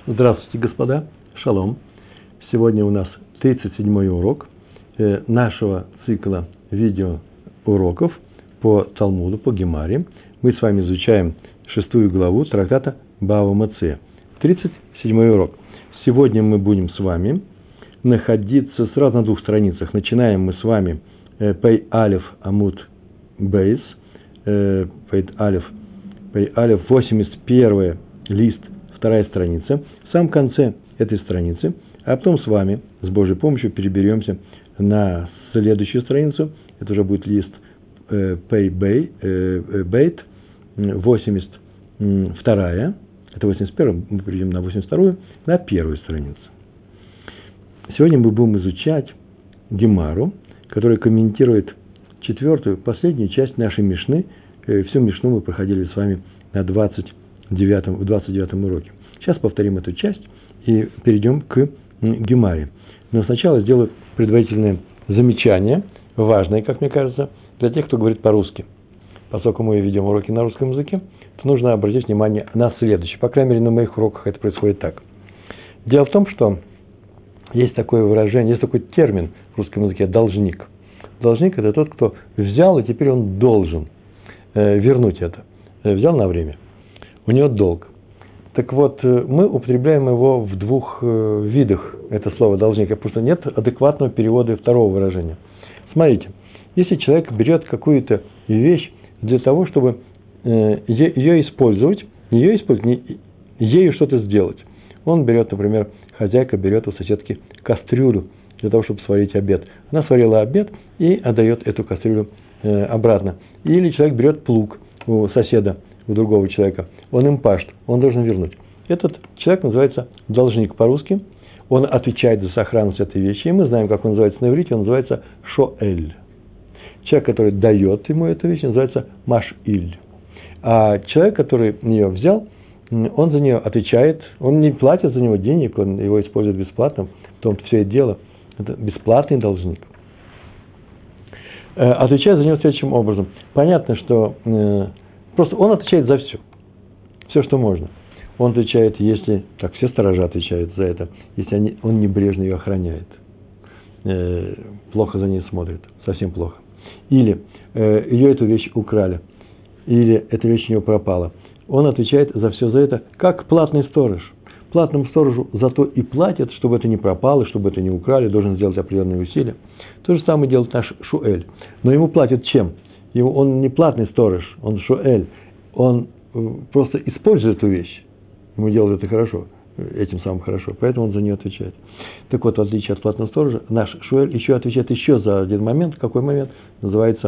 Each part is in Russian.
Здравствуйте, господа. Шалом. Сегодня у нас 37-й урок нашего цикла видеоуроков по Талмуду, по Гемаре. Мы с вами изучаем 6 главу трактата Бава Меция. 37-й урок. Сегодня мы будем с вами находиться сразу на двух страницах. Начинаем мы с вами Пей Алеф Амуд Бейс. Пей Алеф 81 лист, вторая страница. В самом конце этой страницы, а потом с вами, с Божьей помощью, переберемся на следующую страницу. Это уже будет лист Пей Бейт, 82-я. Это 81-я, мы перейдем на 82-ю, на первую страницу. Сегодня мы будем изучать Гемару, которая комментирует 4-ю, последнюю часть нашей Мишны. Всю Мишну мы проходили с вами на 29-м уроке. Сейчас повторим эту часть и перейдем к Гемаре. Но сначала сделаю предварительное замечание, важное, как мне кажется, для тех, кто говорит по-русски. Поскольку мы ведем уроки на русском языке, то нужно обратить внимание на следующее. По крайней мере, на моих уроках это происходит так. Дело в том, что есть такое выражение, есть такой термин в русском языке – должник. Должник – это тот, кто взял, и теперь он должен вернуть это. Взял на время. У него долг. Так вот, мы употребляем его в двух видах, это слово «должник», потому что нет адекватного перевода второго выражения. Смотрите, если человек берет какую-то вещь для того, чтобы ее использовать, ею что-то сделать. Он берет, например, хозяйка берет у соседки кастрюлю для того, чтобы сварить обед. Она сварила обед и отдает эту кастрюлю обратно. Или человек берет плуг у соседа, у другого человека, он им пашет, он должен вернуть. Этот человек называется должник по-русски, он отвечает за сохранность этой вещи, и мы знаем, как он называется на иврите, он называется шоэль. Человек, который дает ему эту вещь, называется машиль. А человек, который ее взял, он за нее отвечает, он не платит за него денег, он его использует бесплатно, в том-то все это дело, это бесплатный должник. Отвечает за него следующим образом. Понятно, что просто он отвечает за все. Все, что можно. Он отвечает, если, так все сторожа отвечают за это, если он небрежно ее охраняет. Плохо за ней смотрит. Совсем плохо. Или ее эту вещь украли. Или эта вещь у него пропала. Он отвечает за все за это, как платный сторож. Платному сторожу зато и платят, чтобы это не пропало, чтобы это не украли, должен сделать определенные усилия. То же самое делает наш шуэль. Но ему платят чем? Он не платный сторож, он шуэль. Он просто использует эту вещь. Ему делают это хорошо, этим самым хорошо, поэтому он за нее отвечает. Так вот, в отличие от платного сторожа, наш шуэль еще отвечает еще за один момент. Какой момент? Называется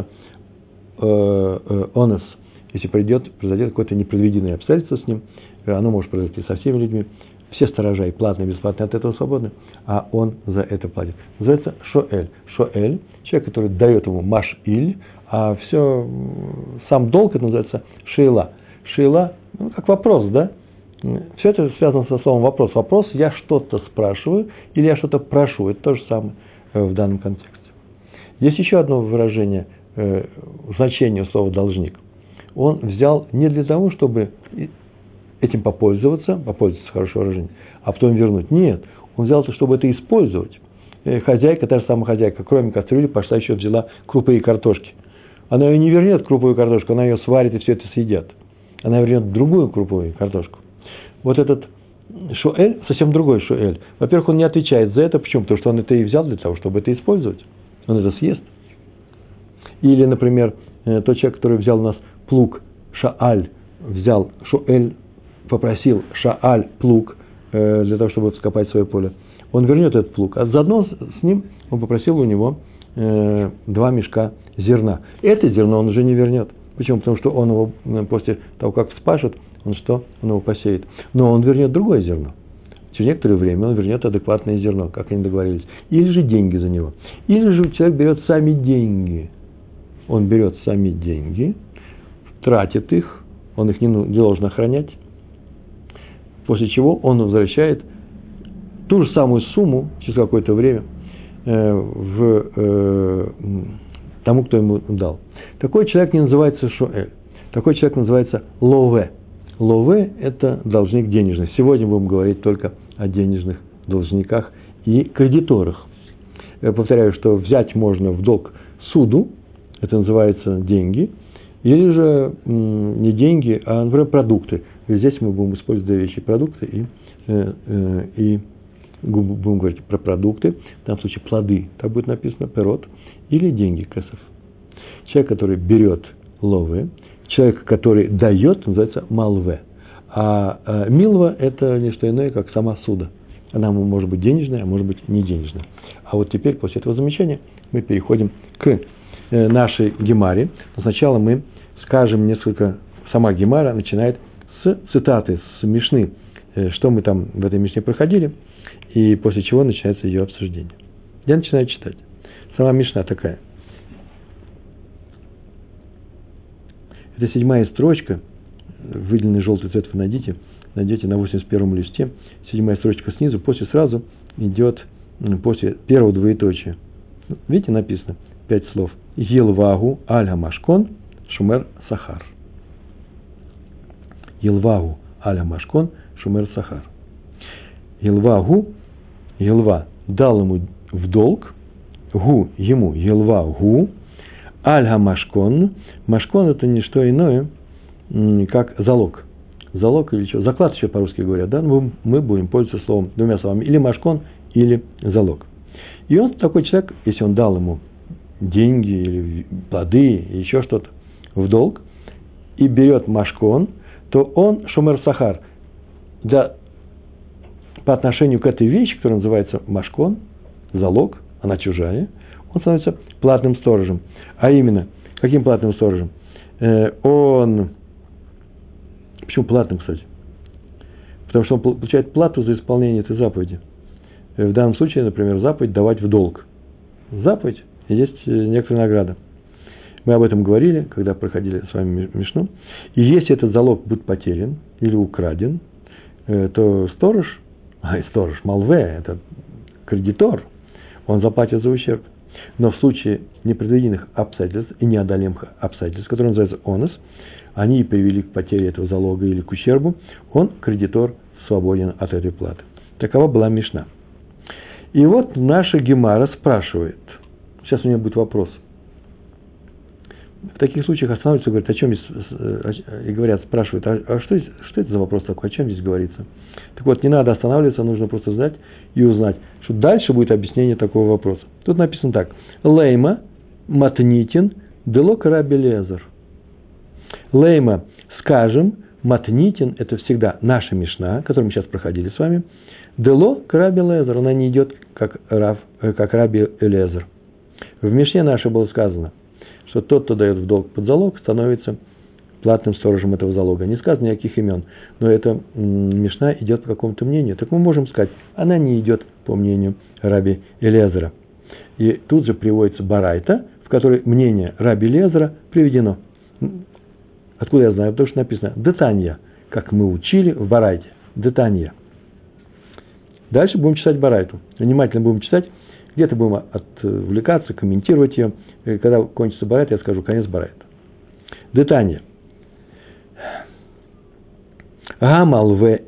онес. Если произойдет какое-то непредвиденное обстоятельство с ним, оно может произойти со всеми людьми. Все сторожа, и платные, и бесплатные, от этого свободны, а он за это платит. Называется шоэль. Шоэль – человек, который дает ему маш-иль, а все, сам долг это называется шейла. Шейла, как вопрос, да? Все это связано со словом вопрос. Вопрос, я что-то спрашиваю или я что-то прошу. Это то же самое в данном контексте. Есть еще одно выражение, значение слова должник. Он взял не для того, чтобы этим попользоваться хорошее выражение, а потом вернуть. Нет, он взял это, чтобы это использовать. Хозяйка, та же самая хозяйка, кроме кастрюли, пошла еще взяла крупы и картошки. Она ее не вернет, крупу и картошку, она ее сварит и все это съедят. Она вернет другую крупу и картошку. Вот этот шуэль, совсем другой шуэль. Во-первых, он не отвечает за это. Почему? Потому что он это и взял для того, чтобы это использовать. Он это съест. Или, например, тот человек, который взял у нас плуг, шааль, взял шуэль, попросил шааль плуг для того, чтобы вскопать свое поле. Он вернет этот плуг. А заодно с ним он попросил у него 2 мешка зерна. Это зерно он уже не вернет. Почему? Потому что он его после того, как вспашет, он его посеет. Но он вернет другое зерно. Через некоторое время он вернет адекватное зерно, как они договорились. Или же деньги за него. Или же человек берет сами деньги. Он берет сами деньги, тратит их, он их не должен охранять. После чего он возвращает ту же самую сумму через какое-то время тому, кто ему дал. Такой человек не называется шуэль. Такой человек называется лове. Лове – это должник денежный. Сегодня будем говорить только о денежных должниках и кредиторах. Я повторяю, что взять можно в долг суду, это называется деньги, или же не деньги, а, например, продукты. И здесь мы будем использовать две вещи – продукты и будем говорить про продукты, в данном случае плоды, так будет написано, перот, или деньги, кесов. Человек, который берет лове, человек, который дает, называется малве. А милва – это не что иное, как сама суда. Она может быть денежная, а может быть не денежная. А вот теперь, после этого замечания, мы переходим к нашей гемаре. Но сначала мы скажем несколько, сама гемара начинает с цитаты, с Мишны, что мы там в этой Мишне проходили, и после чего начинается ее обсуждение. Я начинаю читать. Сама Мишна такая. Это 7-я строчка, выделенный желтый цвет вы найдете на 81-м листе. 7-я строчка снизу, после сразу идет, после первого двоеточия. Видите, написано 5 слов. Елвагу аль-хамашкон шумер сахар. Елвагу аль-хамашкон шумер сахар. Елвагу, Елва дал ему в долг, гу ему, Елвагу, аль-хамашкон. Машкон – это не что иное, как залог. Залог или что? Заклад еще по-русски говорят, да? Мы будем пользоваться словом, двумя словами, или машкон, или залог. И он такой человек, если он дал ему деньги или плоды, или еще что-то в долг, и берет машкон, то он шумер сахар. По отношению к этой вещи, которая называется машкон, залог, она чужая, он становится платным сторожем. А именно, каким платным сторожем? Почему платным, кстати? Потому что он получает плату за исполнение этой заповеди. В данном случае, например, заповедь давать в долг. Заповедь, есть некоторая награда. Мы об этом говорили, когда проходили с вами Мишну. И если этот залог будет потерян или украден, то сторож малве, это кредитор, он заплатит за ущерб. Но в случае непредвиденных обстоятельств и неодолимых обстоятельств, которые называются онос, они привели к потере этого залога или к ущербу, он, кредитор, свободен от этой платы. Такова была Мишна. И вот наша гемара спрашивает, сейчас у меня будет вопрос. В таких случаях останавливаются и говорят, о чем здесь, и говорят, спрашивают, а что это за вопрос такой, о чем здесь говорится? Так вот, не надо останавливаться, нужно просто знать и узнать, что дальше будет объяснение такого вопроса. Тут написано так. Лейма матнитин дело раби Элиэзер. Лейма, скажем, матнитин – это всегда наша Мишна, которую мы сейчас проходили с вами. Дело раби Элиэзер, она не идет как раби Элиэзер. В Мишне нашей было сказано, что тот, кто дает в долг под залог, становится платным сторожем этого залога. Не сказано никаких имен, но эта Мишна идет по какому-то мнению. Так мы можем сказать, она не идет по мнению раби Элиэзера. И тут же приводится барайта, в которой мнение раби Элиэзера приведено. Откуда я знаю? Потому что написано детанья, как мы учили в барайте. Детанья. Дальше будем читать барайту. Внимательно будем читать. Где-то будем отвлекаться, комментировать ее. И когда кончится барайт, я скажу конец барайта. Детанья. Гамал в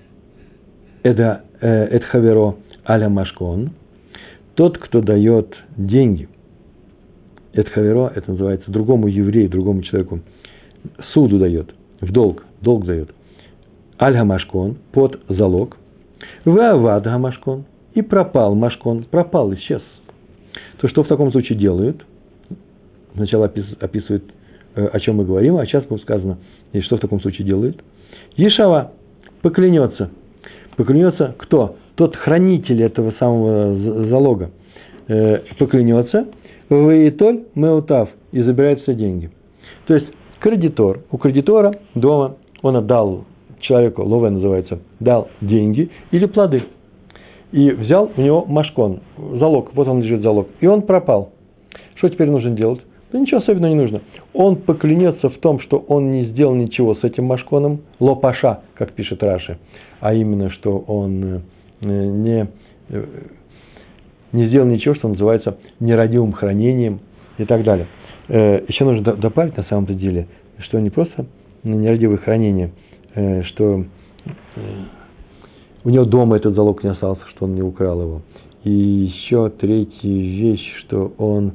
эдхаверо аля машкон. Тот, кто дает деньги, эдхаверо, это называется другому еврею, другому человеку, суду дает, в долг дает, аль машкон, под залог, вавад гамашкон, и пропал машкон, пропал, исчез. То что в таком случае делают? Сначала описывает, о чем мы говорим, а сейчас будет сказано, и что в таком случае делают. Ешава поклянется. Поклянется кто? Тот хранитель этого самого залога. Поклянется. Ваитоль меутав. И забирает все деньги. То есть, кредитор. У кредитора дома он отдал человеку, лове называется, дал деньги или плоды. И взял у него машкон, залог. Вот он лежит залог. И он пропал. Что теперь нужно делать? Да ничего особенного не нужно. Он поклянется в том, что он не сделал ничего с этим машконом, лопаша, как пишет Раши, а именно, что он не сделал ничего, что называется нерадивым хранением и так далее. Еще нужно добавить на самом-то деле, что не просто нерадивое хранение, что у него дома этот залог не остался, что он не украл его. И еще третья вещь, что он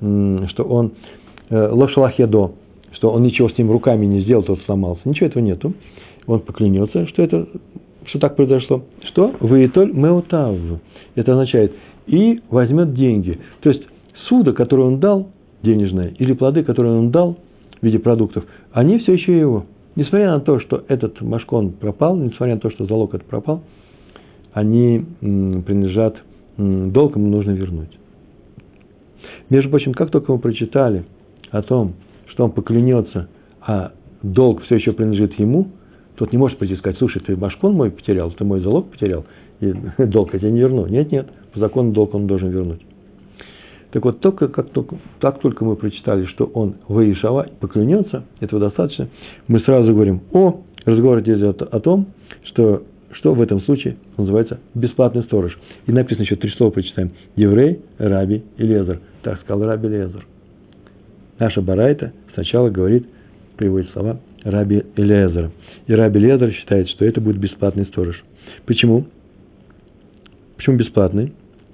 лошалахедо, что он ничего с ним руками не сделал, тот сломался. Ничего этого нету. Он поклянется, что так произошло. Что? Ваитоль меотав. Это означает, и возьмет деньги. То есть, суда, которое он дал, денежное, или плоды, которые он дал в виде продуктов, они все еще его. Несмотря на то, что этот машкон пропал, несмотря на то, что залог этот пропал, они принадлежат, долг ему нужно вернуть. Между прочим, как только мы прочитали о том, что он поклянется, а долг все еще принадлежит ему, тот не может прийти и сказать: слушай, ты машкон мой потерял, ты мой залог потерял, и долг я тебе не верну. Нет, по закону долг он должен вернуть. Так вот, как только мы прочитали, что он воишава, поклянется, этого достаточно, мы сразу говорим: разговор идет о том, что в этом случае называется бесплатный сторож. И написано еще 3 слова, прочитаем: еврей, раби, Элиэзер. Так сказал раби Элиэзер. Наша барайта сначала приводит слова раби Элиэзера. И раби Элиэзер считает, что это будет бесплатный сторож. Почему? Почему бесплатный?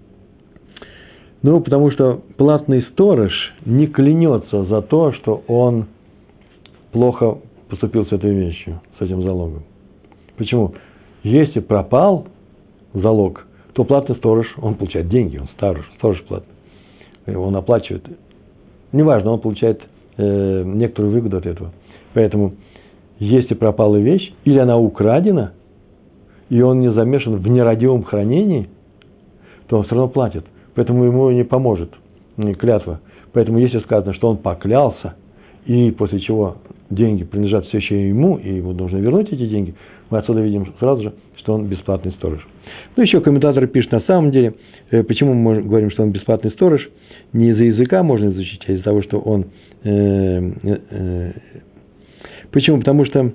Потому что платный сторож не клянется за то, что он плохо поступил с этой вещью, с этим залогом. Почему? Если пропал залог, то платный сторож, он получает деньги, он сторож платный. Он оплачивает. Неважно, он получает некоторую выгоду от этого. Поэтому, если пропала вещь, или она украдена, и он не замешан в нерадивом хранении, то он все равно платит. Поэтому ему не поможет клятва. Поэтому, если сказано, что он поклялся, и после чего деньги принадлежат все еще ему, и ему нужно вернуть эти деньги, мы отсюда видим сразу же, что он бесплатный сторож. Еще комментаторы пишут: на самом деле, почему мы говорим, что он бесплатный сторож, не из-за языка можно изучить, а из-за того, что он... Почему? Потому что...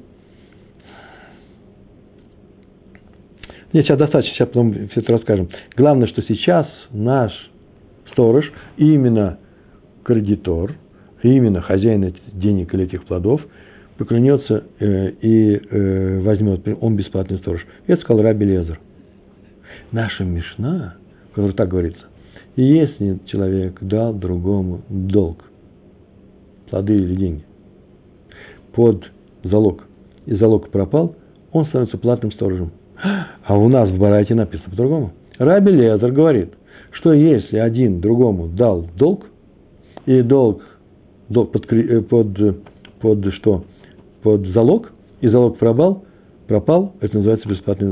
Нет, сейчас достаточно, сейчас потом все это расскажем. Главное, что сейчас наш сторож, именно кредитор, именно хозяин этих денег или этих плодов, поклянется и возьмет, он бесплатный сторож. Это сказал раби Элиэзер. Наша Мишна, в которой так говорится: если человек дал другому долг, плоды или деньги, под залог, и залог пропал, он становится платным сторожем. А у нас в Барайте написано по-другому. Раби Элиэзер говорит, что если один другому дал долг, и долг под залог, и залог пропал, это называется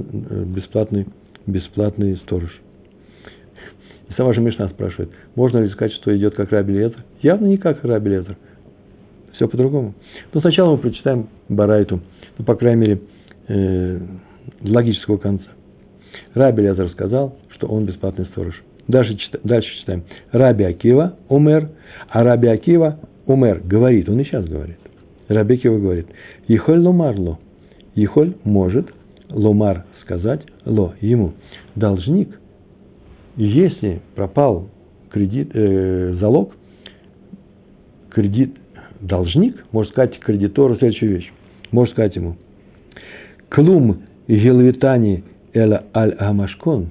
бесплатный сторож. И сама же Мишна спрашивает: можно ли сказать, что идет как раби Элиэзер? Явно не как раби Элиэзер. Все по-другому. Но сначала мы прочитаем Барайту, по крайней мере, логического конца. Раби Элиэзер сказал, что он бесплатный сторож. Дальше читаем. Раби Акива умер, а Раби Акива умер говорит, он и сейчас говорит. Раби Акива говорит: Ехоль ломар ло. Ехоль может ломар сказать ло ему. Должник, если пропал залог, должник может сказать кредитору следующую вещь. Может сказать ему: Клум гелвитани эла аль амашкон.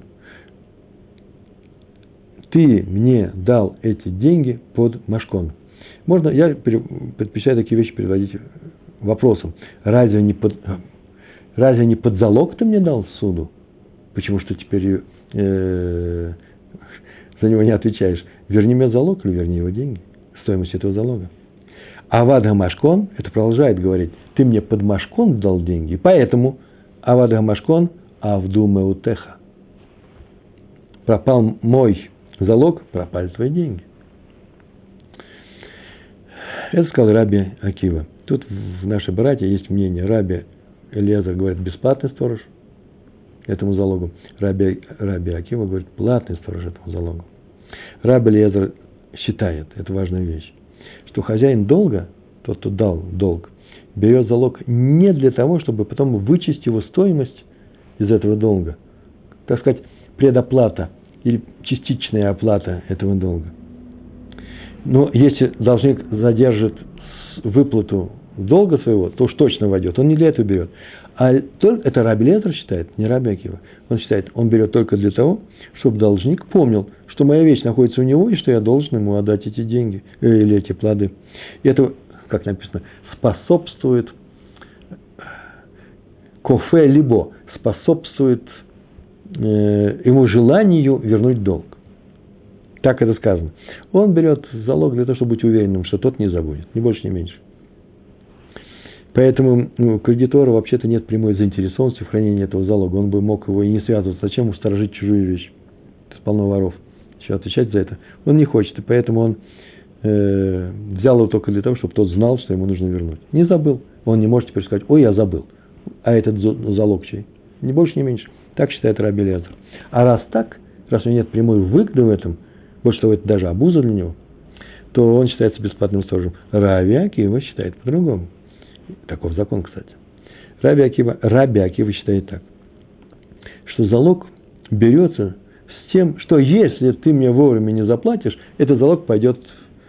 Ты мне дал эти деньги под машкон. Я предпочитаю такие вещи переводить вопросом. Разве не под залог ты мне дал суду? Почему что теперь за него не отвечаешь? Верни мне залог или верни его деньги, стоимость этого залога. Авад гамашкон, это продолжает говорить: ты мне под машкон дал деньги, поэтому авад гамашкон авду меутеха. Пропал мой залог, пропали твои деньги. Это сказал раби Акива. Тут в нашей братье есть мнение. Раби Элиэзер говорит: бесплатный сторож этому залогу. Раби Акива говорит: платный сторож этому залогу. Раби Элиэзер считает, это важная вещь, что хозяин долга, тот, кто дал долг, берет залог не для того, чтобы потом вычесть его стоимость из этого долга. Так сказать, предоплата или частичная оплата этого долга. Но если должник задержит выплату долга своего, то уж точно войдет. Он не для этого берет. Это Раби Элиэзер считает, не Раби Акива. Он считает, он берет только для того, чтобы должник помнил, что моя вещь находится у него, и что я должен ему отдать эти деньги, или эти плоды. И это, как написано, способствует кофе либо, способствует ему желанию вернуть долг. Так это сказано. Он берет залог для того, чтобы быть уверенным, что тот не забудет, ни больше, ни меньше. Поэтому кредитора вообще-то нет прямой заинтересованности в хранении этого залога. Он бы мог его и не связываться. Зачем ему сторожить чужую вещь? Это полно воров. Еще отвечать за это. Он не хочет, и поэтому он взял его только для того, чтобы тот знал, что ему нужно вернуть. Не забыл. Он не может теперь сказать, ой, я забыл. А этот залог чей? Ни больше, ни меньше. Так считает Раби Элиэзер. А раз так, раз у него нет прямой выгоды в этом, больше того, это даже обуза для него, то он считается бесплатным сторожем. Раби Акива считает по-другому. Таков закон, кстати. Раби Акива считает так, что залог берется с тем, что если ты мне вовремя не заплатишь, этот залог пойдет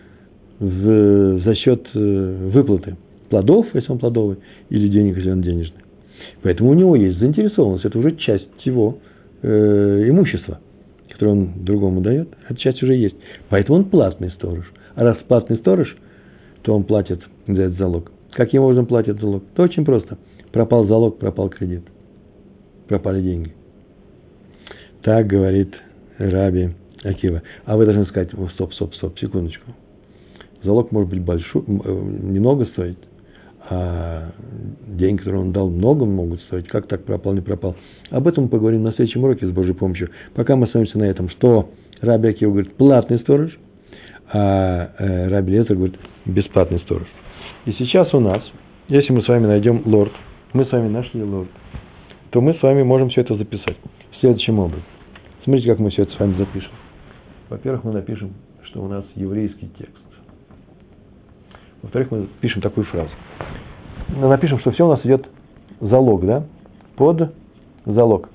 за счет выплаты плодов, если он плодовый, или денег, если он денежный. Поэтому у него есть заинтересованность, это уже часть его имущества, которое он другому дает, эта часть уже есть. Поэтому он платный сторож. А раз платный сторож, то он платит за этот залог. Каким образом платит залог? То очень просто. Пропал залог, пропал кредит. Пропали деньги. Так говорит Раби Акива. А вы должны сказать, стоп, секундочку. Залог может быть большой, немного стоить, а деньги, которые он дал, много могут стоить. Как так пропал, не пропал? Об этом мы поговорим на следующем уроке с Божьей помощью. Пока мы остановимся на этом, что Раби Акива говорит платный сторож, а Раби Элиэзер говорит бесплатный сторож. И сейчас у нас, если мы с вами найдем лорд, мы с вами нашли лорд, то мы с вами можем все это записать следующим образом. Смотрите, как мы все это с вами запишем. Во-первых, мы напишем, что у нас еврейский текст. Во-вторых, мы пишем такую фразу. Мы напишем, что все у нас идет залог, да? Под залог.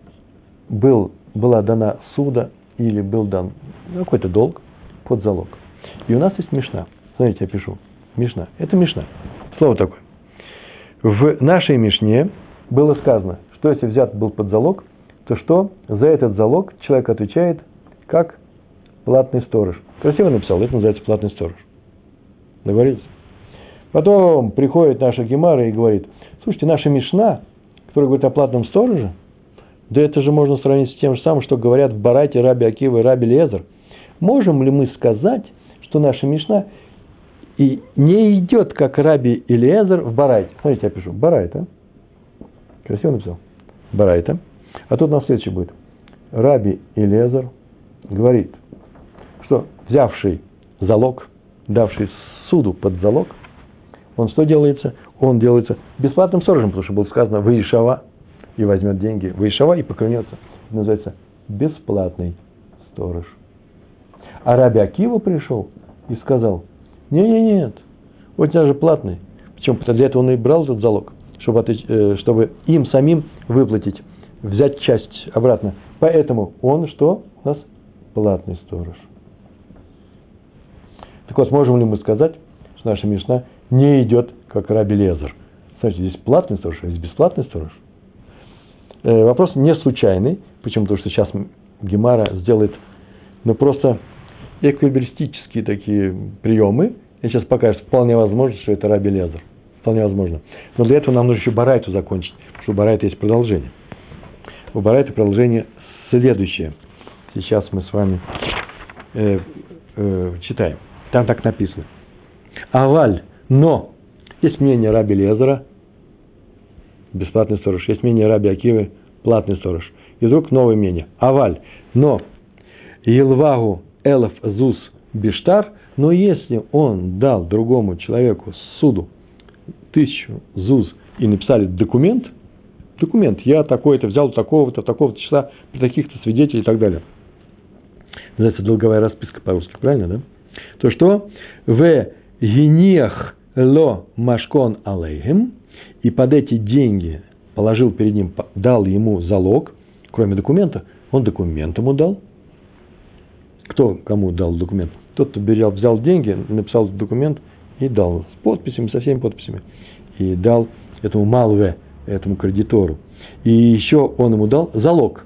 Была дана суда или был дан какой-то долг под залог. И у нас есть мишна. Смотрите, я пишу. Мишна. Это мишна. Слово такое. В нашей мишне было сказано, что если взят был под залог, то что за этот залог человек отвечает как платный сторож. Красиво написал, это называется платный сторож. Договорились? Потом приходит наша Гемара и говорит, слушайте, наша мишна, которая говорит о платном стороже, да это же можно сравнить с тем же самым, что говорят в Барайте Раби Акива и Раби Элиэзер. Можем ли мы сказать, что наша мишна и не идет, как Раби Элиэзер в Барайте? Смотрите, я пишу. Барайта. Красиво написал. Барайта. А тут на следующий будет. Раби Элиэзер говорит, что взявший залог, давший суду под залог, он что делается? Он делается бесплатным сторожем, потому что было сказано «Ваишава» и возьмет деньги. «Ваишава» и поклянется. Это называется бесплатный сторож. А Раби Акива пришел и сказал, нет, вот даже платный. Причем для этого он и брал этот залог, чтобы им самим выплатить, взять часть обратно. Поэтому он что? У нас платный сторож. Так вот, можем ли мы сказать, что наша мишна не идет, как Раби Элиэзер? Смотрите, здесь платный сторож, а здесь бесплатный сторож. Вопрос не случайный. Почему? Потому что сейчас Гемара сделает просто эквилибристические такие приемы. И сейчас покажет, вполне возможно, что это Раби Элиэзер. Вполне возможно. Но для этого нам нужно еще Барайту закончить, потому что у Барайта есть продолжение. У Барайта продолжение следующее. Сейчас мы с вами читаем. Там так написано. Аваль, но есть мнение Раби Элиэзера, бесплатный сторож, есть мнение Раби Акивы, платный сторож. И вдруг новое мнение. Аваль, но Елвагу Элеф Зус Биштар, но если он дал другому человеку суду 1000 зуз и написали документ, я такой-то взял такого-то числа, при таких-то свидетелей и так далее. Называется долговая расписка по-русски, правильно, да? То что? В гениях ло машкон алейхем, и под эти деньги положил перед ним, дал ему залог, кроме документа, он документ ему дал. Кто кому дал документ? Тот, кто взял деньги, написал документ и дал с подписями, со всеми подписями. И дал этому Малве этому кредитору. И еще он ему дал залог.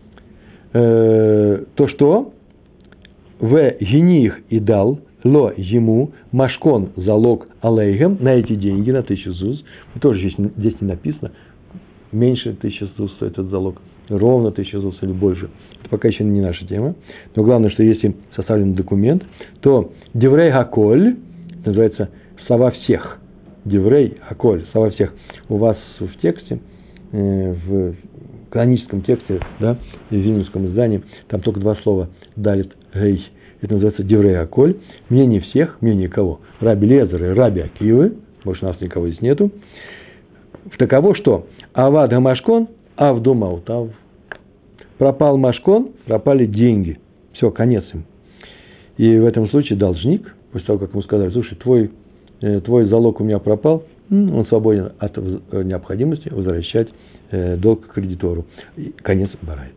То, что в гених и дал ло ему машкон залог алейгем на эти деньги, на 1000 зуз. Тоже здесь не написано, меньше 1000 зуз стоит этот залог, ровно 1000 зуз или больше. Это пока еще не наша тема. Но главное, что если составлен документ, то деврей гаколь, называется слова всех. Деврей гаколь, слова всех. У вас в тексте, в каноническом тексте, да, в вильнюсском издании, там только 2 слова далит гей. Это называется деврей гаколь. Мнение всех, мнение кого? Раби Лезера и Раби Акивы. Больше у нас никого здесь нету. Таково, что авад гамашкон, авду маутав. Пропал машкон, пропали деньги. Все, конец им. И в этом случае должник, после того, как ему сказали, слушай, твой залог у меня пропал, он свободен от необходимости возвращать долг кредитору. И конец барайт.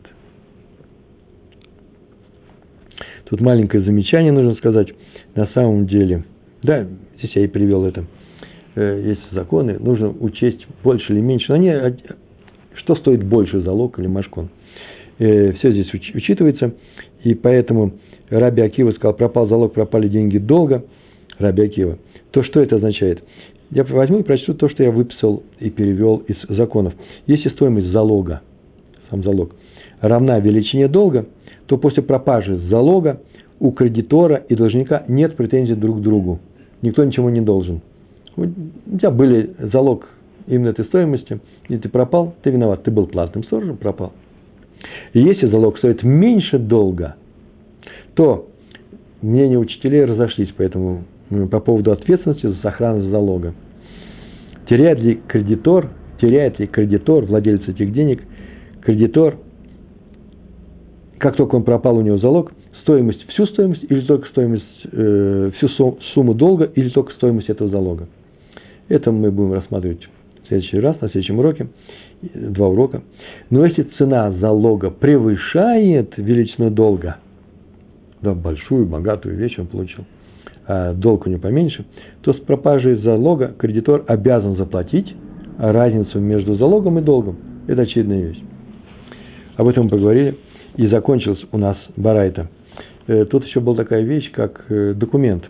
Тут маленькое замечание нужно сказать. На самом деле, да, здесь я и привел это. Есть законы, нужно учесть больше или меньше. Но что стоит больше, залог или машкон? Все здесь учитывается. И поэтому Раби Акива сказал, пропал залог, пропали деньги долга. Раби Акива. То что это означает? Я возьму и прочту то, что я выписал и перевел из законов. Если стоимость залога, сам залог, равна величине долга, то после пропажи залога у кредитора и должника нет претензий друг к другу. Никто ничего не должен. У тебя были залог именно этой стоимости, и ты пропал, ты виноват. Ты был платным сторожем, пропал. И если залог стоит меньше долга, то мнения учителей разошлись по поводу ответственности за сохранность залога. Теряет ли кредитор, владелец этих денег, кредитор, как только он пропал, у него залог, всю стоимость или только всю сумму долга или только стоимость этого залога. Это мы будем рассматривать в следующий раз, на следующем уроке, 2 урока. Но если цена залога превышает величину долга, да, большую, богатую вещь он получил, а долг у него поменьше, то с пропажей залога кредитор обязан заплатить разницу между залогом и долгом. Это очевидная вещь. Об этом мы поговорили. И закончилась у нас барайта. Тут еще была такая вещь, как документ.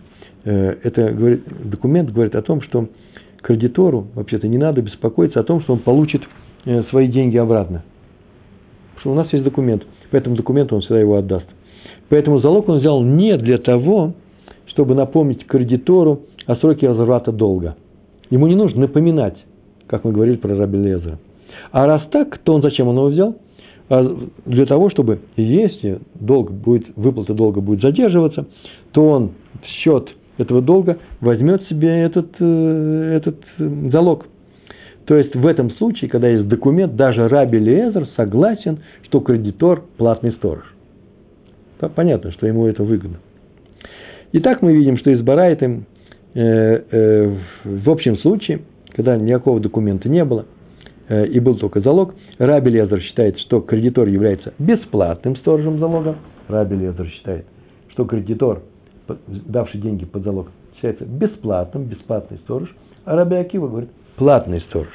Документ говорит о том, что кредитору вообще-то не надо беспокоиться о том, что он получит свои деньги обратно. Потому что у нас есть документ. По этому документу он всегда его отдаст. Поэтому залог он взял не для того, чтобы напомнить кредитору о сроке возврата долга. Ему не нужно напоминать, как мы говорили про Раби Лезера. А раз так, то он зачем он его взял? Для того, чтобы, если выплата долга будет задерживаться, то он в счет этого долга возьмет себе этот залог. То есть, в этом случае, когда есть документ, даже Раби Лезер согласен, что кредитор – платный сторож. Понятно, что ему это выгодно. Итак, мы видим, что из барайты в общем случае, когда никакого документа не было, и был только залог, Раби Лезер считает, что кредитор является бесплатным сторожем залога. Раби Лезер считает, что кредитор, давший деньги под залог, считается бесплатный сторож, а Раби Акива говорит, платный сторож.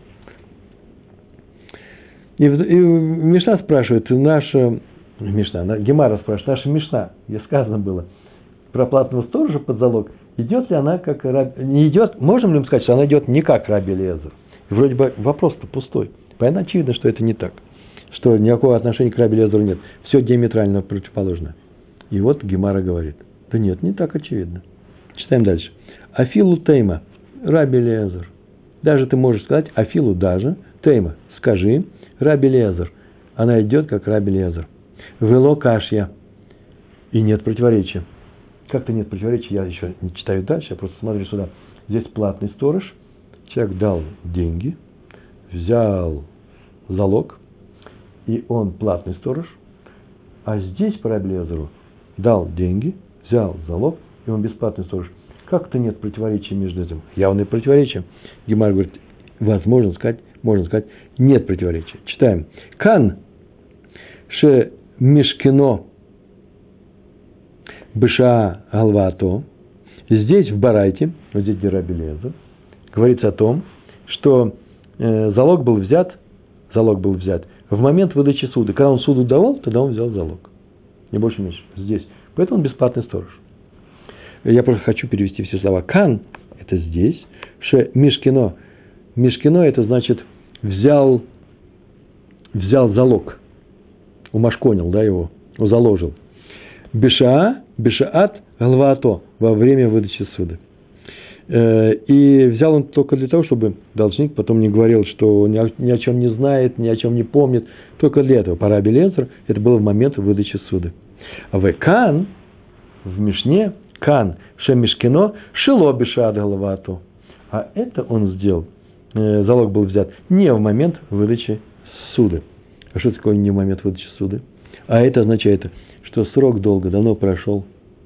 И Мишна спрашивает, Гемара спрашивает, наша Мишна, где сказано было про платного сторожа под залог, идет ли она как не идет, можем ли мы сказать, что она идет не как Раби Лезер? Вроде бы вопрос-то пустой. Понятно, очевидно, что это не так. Что никакого отношения к Раби Лезеру нет. Все диаметрально противоположно. И вот Гемара говорит. Да нет, не так очевидно. Читаем дальше. Афилу тейма. Раби Лезер. Даже ты можешь сказать, афилу даже. Тейма. Скажи. Раби Лезер. Она идет как Раби Лезер. Вело кашья. И нет противоречия. Как-то нет противоречия. Я еще не читаю дальше. Я просто смотрю сюда. Здесь платный сторож. Человек дал деньги, взял залог, и он платный сторож. А здесь по Раби Лезеру дал деньги, взял залог, и он бесплатный сторож. Как-то нет противоречия между этим. Явное противоречие. Гемара говорит, можно сказать, нет противоречия. Читаем. Кан ше мишкино быша галвато. Здесь в барайте, вот здесь где Раби Лезер, говорится о том, что залог был взят в момент выдачи суды. Когда он суду давал, тогда он взял залог. Не больше, не меньше. Здесь. Поэтому он бесплатный сторож. Я просто хочу перевести все слова. Кан – это здесь. Мишкино. Мишкино – это значит взял залог. Умашконил, да, его, заложил. Бешаат галваато во время выдачи суды. И взял он только для того, чтобы должник потом не говорил, что ни о чем не знает, ни о чем не помнит. Только для этого. По Раби Элиэзеру это было в момент выдачи суды. А в Кан, в Мишне, Кан, Шемишкино, Шило Бешаат галваато. А это он сделал, залог был взят не в момент выдачи суды. А что такое не в момент выдачи суды? А это означает, что срок долга давно прошел,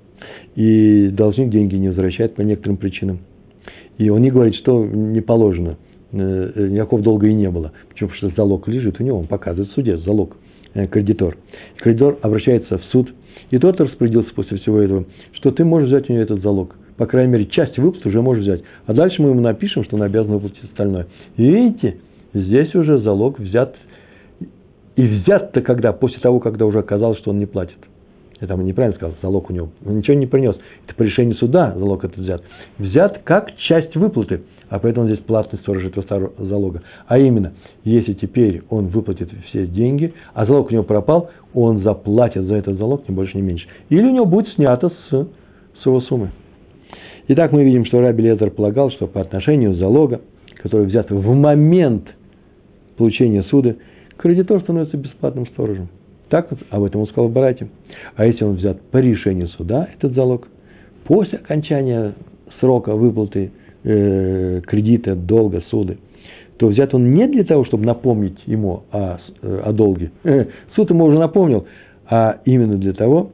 и должник деньги не возвращает по некоторым причинам. И он не говорит, что не положено, никакого долга и не было. Почему? Потому что залог лежит у него, он показывает в суде, залог, кредитор. Кредитор обращается в суд, и тот распорядился после всего этого, что ты можешь взять у него этот залог. По крайней мере, часть выплаты уже можешь взять. А дальше мы ему напишем, что он обязан выплатить остальное. И видите, здесь уже залог взят. И взят-то когда? После того, когда уже оказалось, что он не платит. Я там неправильно сказал, залог у него. Он ничего не принес. Это по решению суда залог этот взят. Взят как часть выплаты. А поэтому здесь платный сторож этого залога. А именно, если теперь он выплатит все деньги, а залог у него пропал, он заплатит за этот залог ни больше, ни меньше. Или у него будет снято с его суммы. Итак, мы видим, что Раби Элиэзер полагал, что по отношению залога, который взят в момент получения суды, кредитор становится бесплатным сторожем. Так вот, об этом он сказал в Барайте. А если он взят по решению суда, этот залог, после окончания срока выплаты кредита, долга, суды, то взят он не для того, чтобы напомнить ему о долге. Суд ему уже напомнил, а именно для того,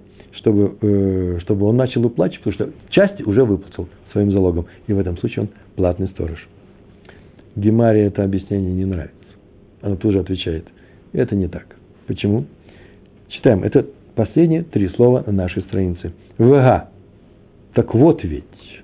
чтобы он начал уплачивать, потому что часть уже выплатил своим залогом. И в этом случае он платный сторож. Гемаре это объяснение не нравится. Она тут же отвечает. Это не так. Почему? Читаем. Это последние 3 слова на нашей странице. ВГ. Так вот ведь.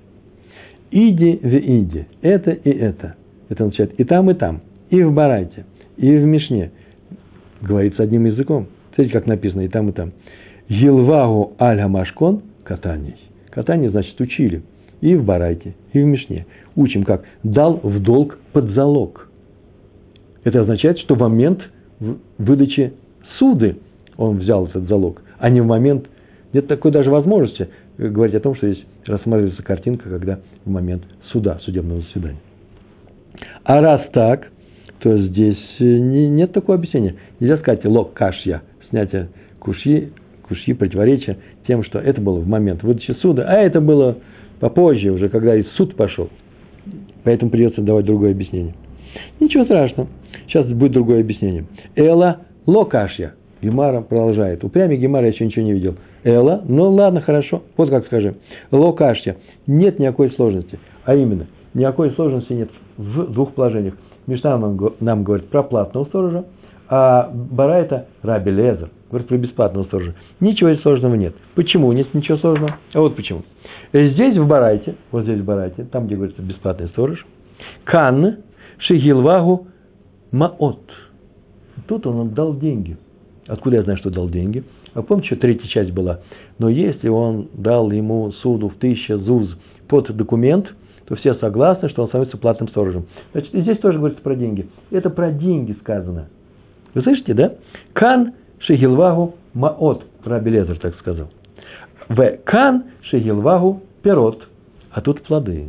Иди в иди. Это и это. Это означает и там, и в Барайте, и в Мишне. Говорится одним языком. Смотрите, как написано и там, и там. Гилвагу аль-хамашкон катаний. Катаний, значит, учили. И в Барайте, и в Мишне. Учим как? Дал в долг под залог. Это означает, что в момент выдачи суды он взял этот залог, а не в момент... Нет такой даже возможности говорить о том, что здесь рассматривается картинка, когда в момент суда, судебного заседания. А раз так, то здесь нет такого объяснения. Нельзя сказать лок кашья, снятие кушьи противоречия тем, что это было в момент выдачи суда, а это было попозже, уже когда и суд пошел. Поэтому придется давать другое объяснение. Ничего страшного. Сейчас будет другое объяснение. Эла локашья. Гемара продолжает. Упрямый Гемара, я еще ничего не видел. Эла, ну ладно, хорошо. Вот как скажи. Локашья. Нет никакой сложности. А именно, никакой сложности нет в 2 положениях. Мишна нам говорит про платного сторожа, а Барайта Раби Элиэзер говорит про бесплатного сторожа. Ничего сложного нет. Почему нет ничего сложного? А вот почему. Здесь в Барайте, вот здесь в Барайте, там, где говорится бесплатный сторож, Кан Шигилвагу Маот. Тут он отдал деньги. Откуда я знаю, что дал деньги? А помните, что 3-я часть была? Но если он дал ему суду в 1000 зуз под документ, то все согласны, что он становится платным сторожем. Значит, и здесь тоже говорится про деньги. Это про деньги сказано. Вы слышите, да? Кан Шигилвагу Маот. Раби Элиэзер так сказал. В Кан Шигилвагу Пирот. А тут плоды.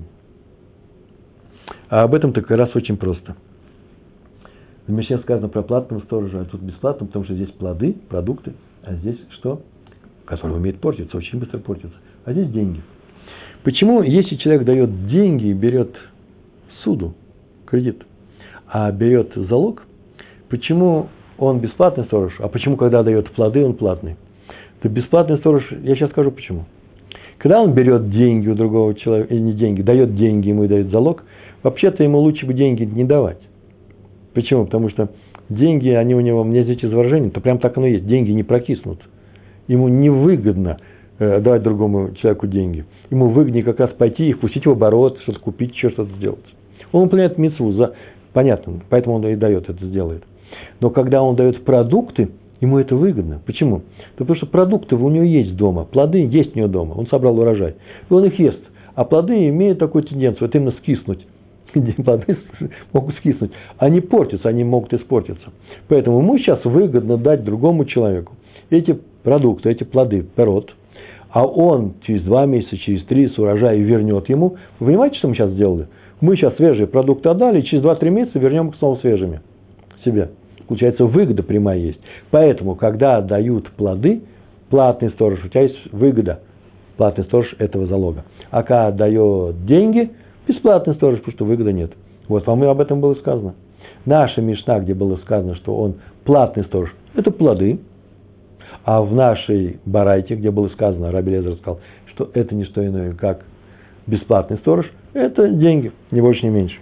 А об этом так как раз очень просто. В Мишне сказано про платного сторожа, а тут бесплатно, потому что здесь плоды, продукты, а здесь что? Которые умеют портиться, очень быстро портятся. А здесь деньги. Почему, если человек дает деньги и берет суду, кредит, а берет залог, почему он бесплатный сторож, а почему, когда дает плоды, он платный? То бесплатный сторож, я сейчас скажу почему. Когда он берет деньги у другого человека, или не деньги, дает деньги, ему и дает залог, вообще-то ему лучше бы деньги не давать. Почему? Потому что деньги, они у него, мне извините за выражение, то прям так оно и есть, деньги не прокиснут. Ему невыгодно давать другому человеку деньги. Ему выгоднее как раз пойти их пустить в оборот, что-то купить, еще что-то сделать. Он выполняет мицву, Понятно, поэтому он и дает, это сделает. Но когда он дает продукты, ему это выгодно. Почему? Да потому что продукты у него есть дома, плоды есть у него дома, он собрал урожай, и он их ест. А плоды имеют такую тенденцию, вот именно скиснуть. Плоды могут скиснуть. Они портятся, они могут испортиться. Поэтому ему сейчас выгодно дать другому человеку эти продукты, эти плоды, пирот, а он через 2 месяца, через 3 с урожая вернет ему. Вы понимаете, что мы сейчас сделали? Мы сейчас свежие продукты отдали, и через 2-3 месяца вернем их снова свежими себе. Получается, выгода прямая есть. Поэтому, когда дают плоды, платный сторож, у тебя есть выгода, платный сторож этого залога. А когда дает деньги, бесплатный сторож, потому что выгоды нет. Вот, по-моему, об этом было сказано. Наша Мишна, где было сказано, что он платный сторож, это плоды. А в нашей Барайте, где было сказано, Раби Элиэзер сказал, что это не что иное, как бесплатный сторож, это деньги, ни больше, ни меньше.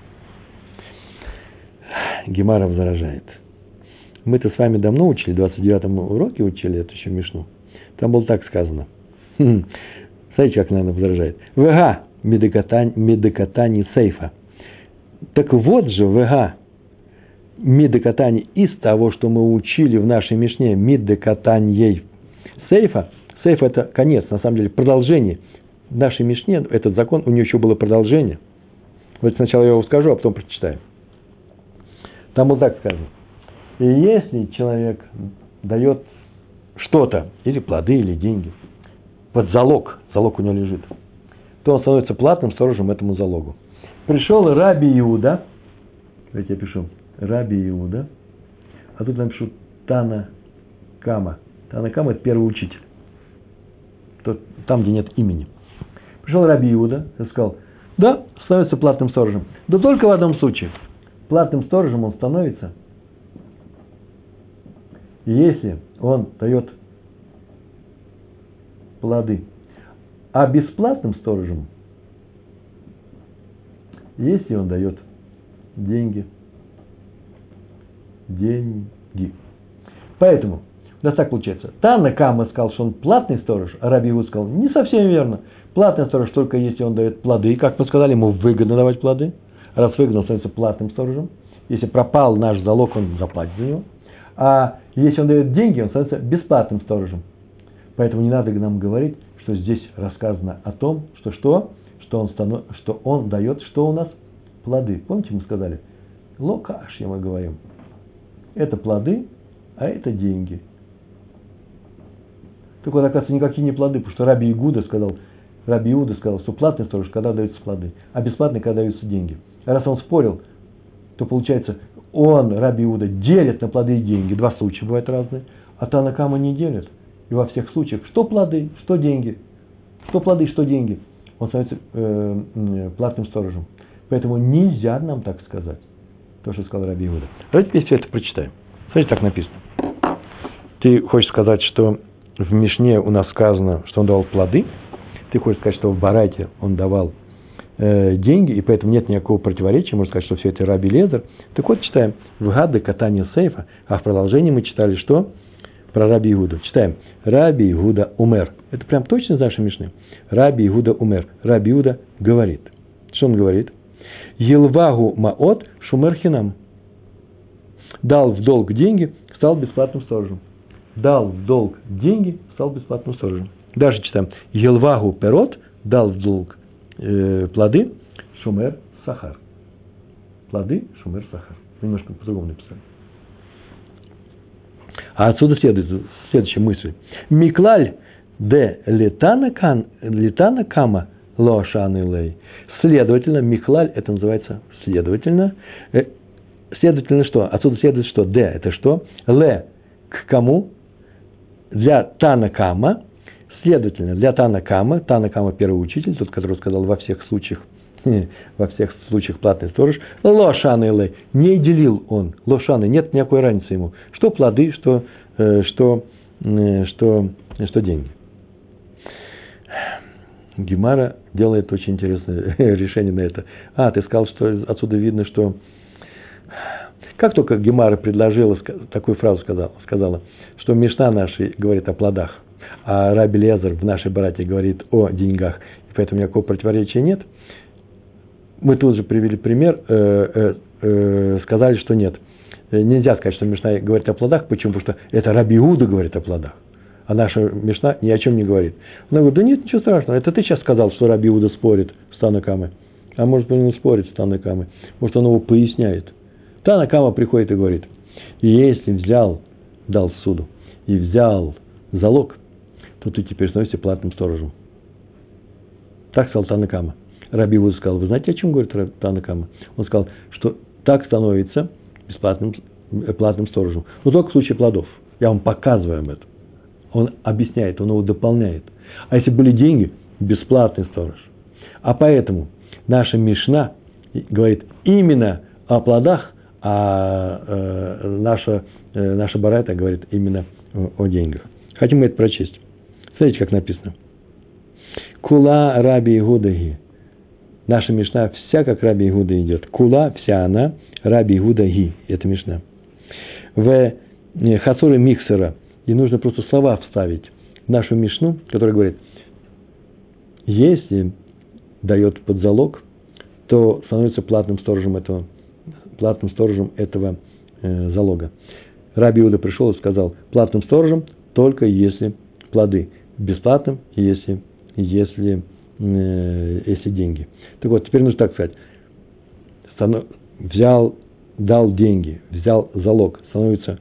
Гемара возражает. Мы-то с вами давно учили, в 29-м уроке учили эту еще Мишну. Там было так сказано. Смотрите, как она возражает. Вега медекатани сейфа. Так вот же, вега медекатани из того, что мы учили в нашей Мишне, медекатаньей сейфа. Сейф – это конец, на самом деле, продолжение. В нашей Мишне этот закон, у нее еще было продолжение. Вот сначала я его скажу, а потом прочитаю. Там было так сказано. И если человек дает что-то, или плоды, или деньги, под залог у него лежит, то он становится платным сторожем этому залогу. Пришел Раби Иуда, давайте я пишу, Раби Иуда, а тут напишу Тана Кама. Тана Кама – это первый учитель. Там, где нет имени. Пришел Раби Иуда и сказал, да, становится платным сторожем. Да только в одном случае. Платным сторожем он становится, если он дает плоды. А бесплатным сторожем, если он дает деньги. Поэтому, у нас так получается. Тана Кама сказал, что он платный сторож, а Раби Иуда сказал, не совсем верно. Платный сторож только если он дает плоды. Как мы сказали, ему выгодно давать плоды. Раз выгодно, он становится платным сторожем. Если пропал наш залог, он заплатит за него. А если он дает деньги, он становится бесплатным сторожем. Поэтому не надо нам говорить, что здесь рассказано о том, что он дает, что у нас плоды. Помните, мы сказали, локашья мы говорим. Это плоды, а это деньги. Так вот, оказывается, никакие не плоды, потому что Раби Иуда сказал, что платный сторож, когда даются плоды, а бесплатный, когда даются деньги. А раз он спорил, то получается, Раби Иуда, делит на плоды и деньги. 2 случая бывают разные, а Тана Кама не делит. И во всех случаях, что плоды, что деньги. Что плоды, что деньги. Он становится платным сторожем. Поэтому нельзя нам так сказать. То, что сказал Раби Иуда. Давайте теперь все это прочитаем. Смотрите, так написано. Ты хочешь сказать, что в Мишне у нас сказано, что он давал плоды. Ты хочешь сказать, что в Барайте он давал деньги, и поэтому нет никакого противоречия. Можно сказать, что все это Раби Элиэзер. Так вот, читаем в Гадде катание сейфа, а в продолжении мы читали что? Про Раби Иуду. Читаем. Раби Иуда умер. Это прям точно из нашей Мишны. Раби Иуда умер. Раби Иуда говорит. Что он говорит? Елвагу маот шумер хинам. Дал в долг деньги, стал бесплатным сторожем. Дал в долг деньги, стал бесплатным сторожем. Даже читаем. Елвагу перот, дал в долг плоды, шумер сахар. Плоды, шумер сахар. Немножко по-другому написали. А отсюда следует следующая мысль. Миклаль де летана кама лошаны лей. Следовательно, миклаль, это называется следовательно. Следовательно, что? Отсюда следует, что де это что? Ле к кому? Для Тана Кама. Следовательно, для Тана Кама первый учитель, тот, который сказал во всех случаях платный сторож, лошаны лей, не делил он, лошаны, нет никакой разницы ему, что плоды, что деньги. Гемара делает очень интересное решение на это. Ты сказал, что отсюда видно, что как только Гемара предложила, такую фразу сказала, что Мишна наша говорит о плодах, а Раби Элиэзер в нашей Барате говорит о деньгах, и поэтому никакого противоречия нет. Мы тут же привели пример сказали, что нет. Нельзя сказать, что Мишна говорит о плодах. Почему? Потому что это Раби Иуда говорит о плодах. А наша Мишна ни о чем не говорит. Она говорит, да нет, ничего страшного. Это ты сейчас сказал, что Раби Иуда спорит с Тана Камой. А может, он не спорит с Тана Камой. Может, он его поясняет. Тана Кама приходит и говорит, если дал суду и взял залог, то ты теперь становишься платным сторожем. Так сказал Тана Кама. Раби Иуда сказал, вы знаете, о чем говорит Тана Кама? Он сказал, что так становится платным сторожем. Но только в случае плодов. Я вам показываю об этом. Он объясняет, он его дополняет. А если были деньги, бесплатный сторож. А поэтому наша Мишна говорит именно о плодах, а наша Барайта говорит именно о деньгах. Хотим мы это прочесть. Смотрите, как написано. Кула Раби Игудаги. Наша Мишна вся как Раби Игуда идет. Кула, вся она, Раби Игудаги. Это Мишна. В Хацуре Миксера. И нужно просто слова вставить в нашу Мишну, которая говорит, если дает под залог, то становится платным сторожем этого залога. Раби Иуда пришел и сказал, платным сторожем только если плоды, бесплатным, если деньги. Так вот, теперь нужно так сказать, дал деньги, взял залог, становится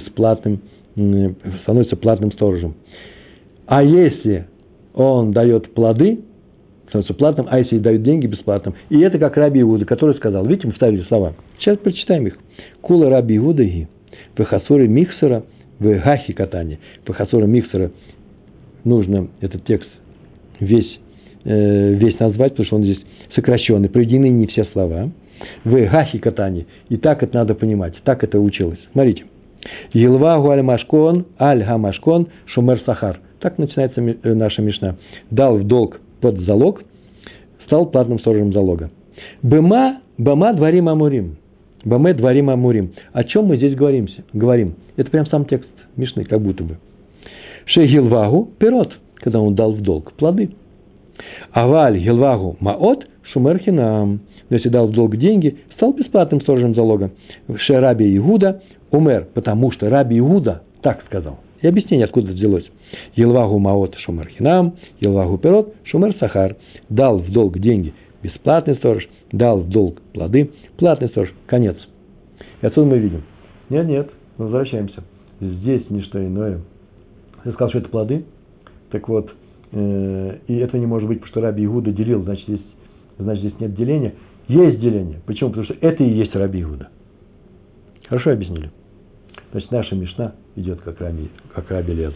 платным сторожем. А если он дает плоды, становится платным, а если дают деньги, бесплатным. И это как Раби Иуда, который сказал, видите, мы вставили слова. Сейчас прочитаем их. Кула Раби Иудаги, вехасуры миксера, вехахи катани. Вехасуры миксера нужно этот текст весь назвать, потому что он здесь сокращенный, проведены не все слова. Вехахи катани. И так это надо понимать, так это училось. Смотрите. Елвагу аль-машкон, аль-хамашкон, шумер сахар. Так начинается наша Мишна. Дал в долг под залог, стал платным сторожем залога. Бама дворим амурим. Баме дворим амурим. О чем мы здесь говорим? Это прям сам текст Мишны, как будто бы. Шегилвагу пирот, когда он дал в долг плоды. Аваль гилвагу маот шумер хинам. Но если дал в долг деньги, стал бесплатным сторожем залога. Раби Игуда умер, потому что Раби Игуда так сказал. И объяснение, откуда это взялось. Елвагу маот шумер хинам, елвагу пирот шумер сахар. Дал в долг деньги, бесплатный сторож. Дал в долг плоды, платный сторож. Конец. И отсюда мы видим. Нет, возвращаемся. Здесь не что иное. Я сказал, что это плоды. Так вот, и это не может быть, потому что Раби Игуда делил, значит, здесь нет деления. Есть деление. Почему? Потому что это и есть Раби Игуда. Хорошо объяснили? Значит, наша Мишна идет как Раби Лезер.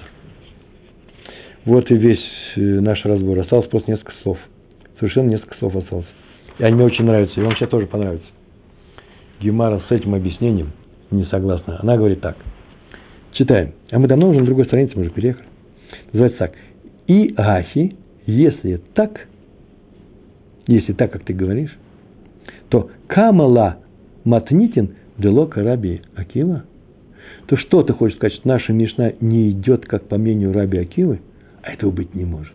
Вот и весь наш разбор. Осталось просто несколько слов. Совершенно несколько слов осталось. И они мне очень нравятся. И вам сейчас тоже понравится. Гемара с этим объяснением не согласна. Она говорит так. Читаем. А мы давно уже на другой странице, мы уже переехали. Называется так. И ахи, если так, как ты говоришь, то камала матнитин делока Раби Акива, то что ты хочешь сказать, что наша Мишна не идет, как по мнению Раби Акивы? А этого быть не может.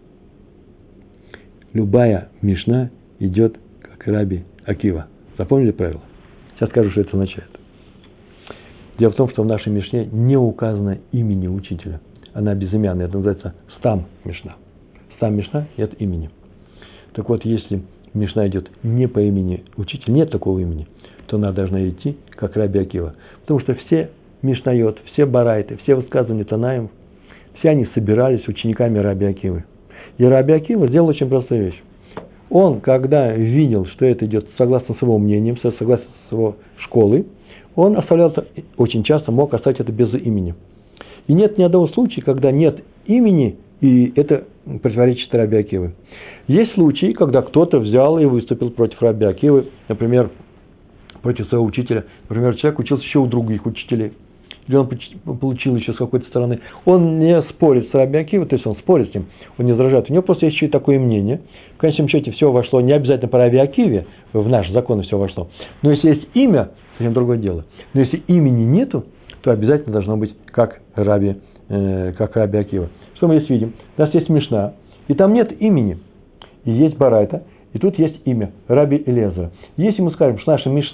Любая Мишна идет, как Раби Акива. Запомнили правило? Сейчас скажу, что это означает. Дело в том, что в нашей Мишне не указано имени учителя. Она безымянная. Это называется Стам Мишна. Стам Мишна – это имени. Так вот, если Мишна идет не по имени учителя, нет такого имени, то она должна идти, как Раби Акива. Потому что все Мишнайот, все барайты, все высказывания Танаим, все они собирались учениками Раби Акивы. И Раби Акива сделал очень простую вещь. Он, когда видел, что это идет согласно с его мнением, согласно с его школой, он оставлялся, очень часто мог оставить это без имени. И нет ни одного случая, когда нет имени, и это противоречит Раби Акивы. Есть случаи, когда кто-то взял и выступил против Раби Акивы, например, против своего учителя. Например, человек учился еще у других учителей, или он получил еще с какой-то стороны. Он не спорит с Раби Акивой, то есть он спорит с ним, он не возражает. У него просто есть еще и такое мнение. В конечном счете все вошло, не обязательно по Раби Акиве, в наш закон все вошло. Но если есть имя, совсем другое дело. Но если имени нету, то обязательно должно быть как Раби Акива. Что мы здесь видим? У нас есть Мишна, и там нет имени. И есть Барайта, и тут есть имя Раби Элиэзера. Если мы скажем, что наша Мишна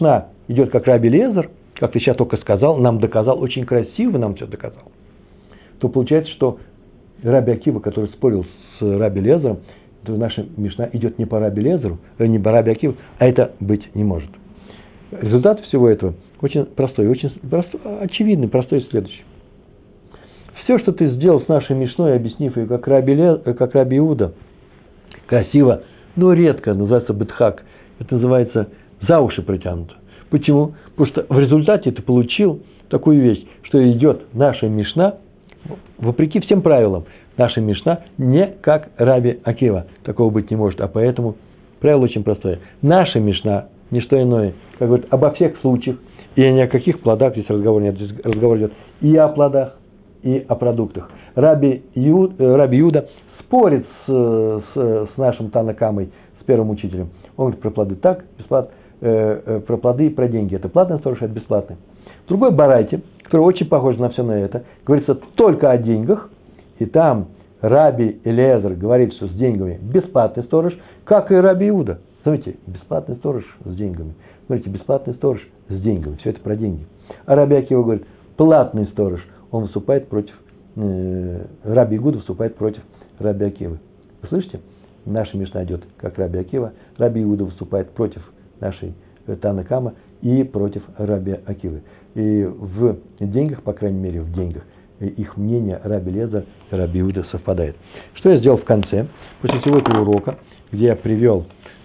идет как Раби Элиэзер, как ты сейчас только сказал, нам доказал, очень красиво нам все доказал, то получается, что Раби Акива, который спорил с Раби Элиэзером, то наша Мишна идет не по Раби Элиэзеру, не по Раби Акиву, а это быть не может. Результат всего этого очень простой, очевидный, простой и следующий. Все, что ты сделал с нашей Мишной, объяснив ее как Раби Иуда, красиво, но редко, называется бетхак, это называется за уши притянуто. Почему? Потому что в результате ты получил такую вещь, что идет наша Мишна, вопреки всем правилам, наша Мишна не как Раби Акива. Такого быть не может. А поэтому правило очень простое. Наша Мишна не что иное, как говорит, обо всех случаях, и ни о каких плодах здесь разговор нет. Здесь разговор идет и о плодах, и о продуктах. Раби Иуда спорит с нашим Танакамой, с первым учителем. Он говорит про плоды так, бесплатно, про плоды и про деньги. Это платный сторож, это бесплатный. В другой барайте, который очень похож на все на это, говорится только о деньгах, и там Раби Элиэзер говорит, что с деньгами бесплатный сторож, как и Раби Иуда. Смотрите, бесплатный сторож с деньгами. Смотрите, бесплатный сторож с деньгами. Все это про деньги. А Раби Акива говорит, платный сторож, он выступает против, Раби Иуда выступает против Раби Акивы. Вы слышите? Наша Мишна идет как Раби Акива, Раби Иуда выступает против нашей Танакама и против Раби Акивы. И в деньгах, по крайней мере, в деньгах, их мнение Раби Элиэзер и Раби Иуда совпадает. Что я сделал в конце, после всего этого урока, где я привел,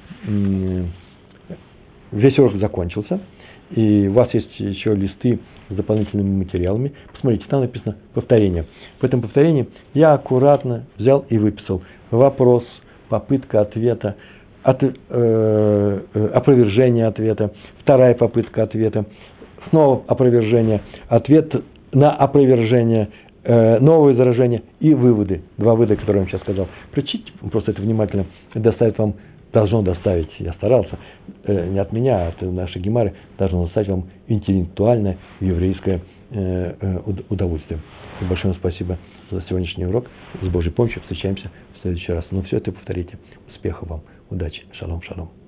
весь урок закончился, и у вас есть еще листы с дополнительными материалами. Посмотрите, там написано повторение. В этом повторении я аккуратно взял и выписал вопрос, попытка ответа, опровержение ответа, вторая попытка ответа, снова опровержение, ответ на опровержение, новое возражение и выводы. Два вывода, которые я вам сейчас сказал. Прочтите просто это внимательно, должно доставить, я старался, не от меня, а от нашей Гемары, должно доставить вам интеллектуальное еврейское удовольствие. Большое вам спасибо за сегодняшний урок. С Божьей помощью встречаемся в следующий раз. Но все это повторите. Успехов вам, удачи, шалом, шалом.